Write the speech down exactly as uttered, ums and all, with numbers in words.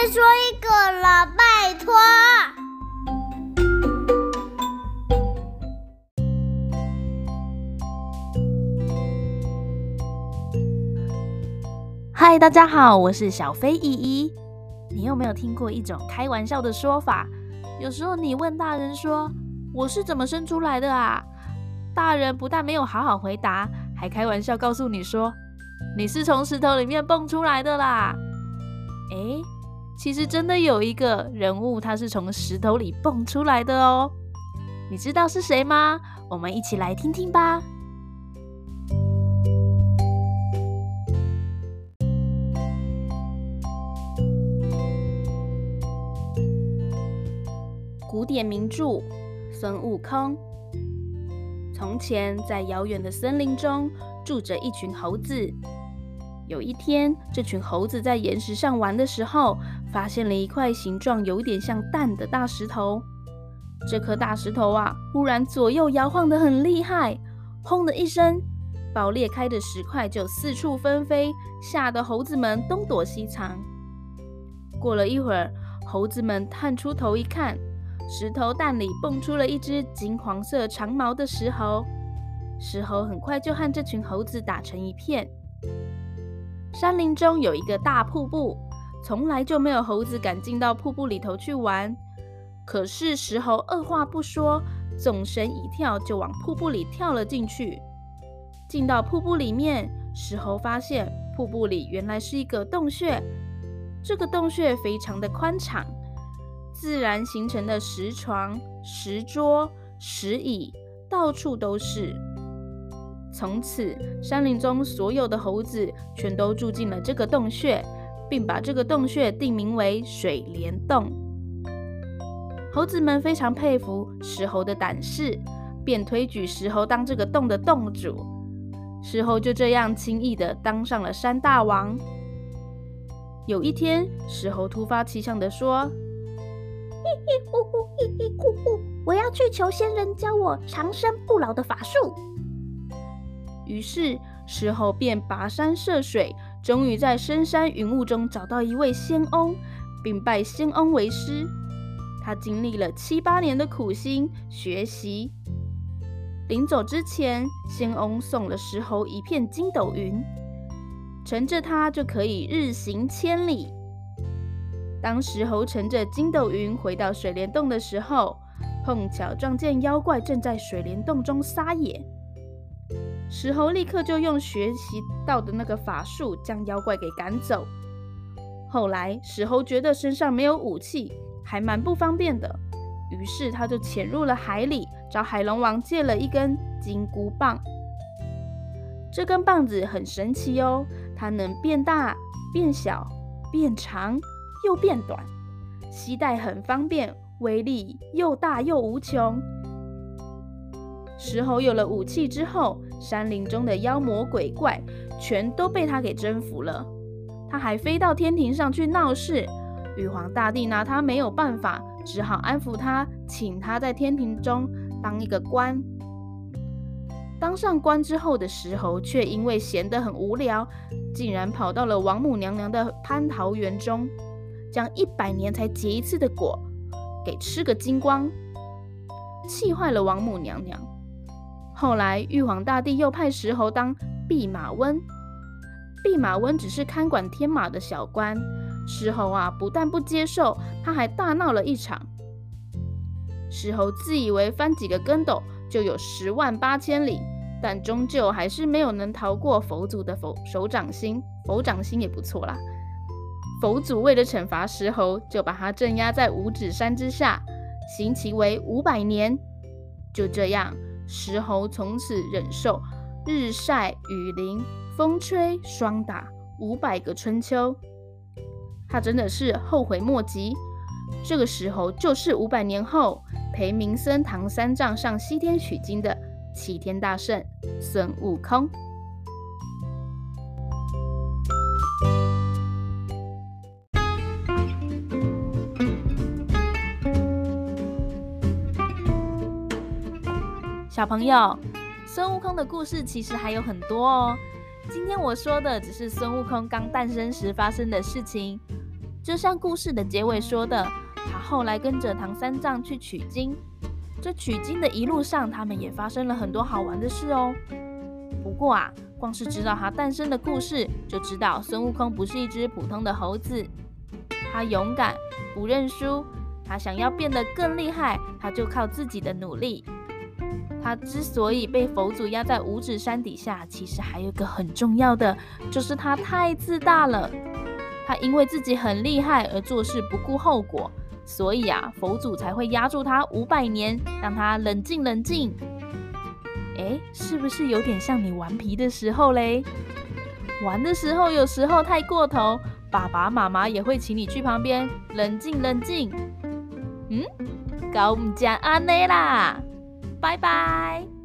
说一个了，拜托。 嗨，大家好，我是小飞姨姨。你有没有听过一种开玩笑的说法？有时候你问大人说我是怎么生出来的啊？大人不但没有好好回答，还开玩笑告诉你说你是从石头里面蹦出来的啦。诶，其实真的有一个人物，他是从石头里蹦出来的哦。你知道是谁吗？我们一起来听听吧。古典名著孙悟空。从前，在遥远的森林中住着一群猴子。有一天，这群猴子在岩石上玩的时候，发现了一块形状有点像蛋的大石头。这颗大石头啊，忽然左右摇晃得很厉害，轰的一声，爆裂开的石块就四处纷飞，吓得猴子们东躲西藏。过了一会儿，猴子们探出头一看，石头蛋里蹦出了一只金黄色长毛的石猴。石猴很快就和这群猴子打成一片。山林中有一个大瀑布，从来就没有猴子敢进到瀑布里头去玩。可是石猴二话不说，纵身一跳就往瀑布里跳了进去。进到瀑布里面，石猴发现瀑布里原来是一个洞穴。这个洞穴非常的宽敞，自然形成的石床、石桌、石椅到处都是。从此，山林中所有的猴子全都住进了这个洞穴，并把这个洞穴定名为水帘洞。猴子们非常佩服石猴的胆识，便推举石猴当这个洞的洞主。石猴就这样轻易地当上了山大王。有一天，石猴突发奇想地说： 嘿嘿呼呼嘿嘿呼呼，我要去求仙人教我长生不老的法术。 于是石猴便跋山涉水，终于在深山云雾中找到一位仙翁，并拜仙翁为师。他经历了七八年的苦心学习，临走之前，仙翁送了石猴一片筋斗云，乘着它就可以日行千里。当石猴乘着筋斗云回到水帘洞的时候，碰巧撞见妖怪正在水帘洞中撒野。石猴立刻就用学习到的那个法术将妖怪给赶走。后来石猴觉得身上没有武器，还蛮不方便的，于是他就潜入了海里，找海龙王借了一根金箍棒。这根棒子很神奇哦，它能变大、变小、变长又变短，携带很方便，威力又大又无穷。石猴有了武器之后，山林中的妖魔鬼怪全都被他给征服了。他还飞到天庭上去闹事，玉皇大帝拿他没有办法，只好安抚他，请他在天庭中当一个官。当上官之后的石猴却因为闲得很无聊，竟然跑到了王母娘娘的蟠桃园中，将一百年才结一次的果给吃个精光，气坏了王母娘娘。后来玉皇大帝又派石猴当弼马温，弼马温只是看管天马的小官。石猴啊，不但不接受，他还大闹了一场。石猴自以为翻几个跟斗就有十万八千里，但终究还是没有能逃过佛祖的佛手掌心。佛掌心也不错啦。佛祖为了惩罚石猴，就把他镇压在五指山之下，刑期为五百年。就这样，石猴从此忍受日晒雨淋、风吹霜打五百个春秋。他真的是后悔莫及。这个时候就是五百年后陪明僧唐三藏上西天取经的齐天大圣孙悟空。小朋友，孙悟空的故事其实还有很多哦。今天我说的只是孙悟空刚诞生时发生的事情。 就像故事的结尾说的，他后来跟着唐三藏去取经。这取经的一路上，他们也发生了很多好玩的事哦。不过啊，光是知道他诞生的故事，就知道孙悟空不是一只普通的猴子。他勇敢，不认输。他想要变得更厉害，他就靠自己的努力。他之所以被佛祖压在五指山底下，其实还有一个很重要的，就是他太自大了。他因为自己很厉害而做事不顾后果，所以啊，佛祖才会压住他五百年，让他冷静冷静。诶，是不是有点像你顽皮的时候嘞？玩的时候有时候太过头，爸爸妈妈也会请你去旁边冷静冷静。嗯，搞唔讲安尼啦，拜拜。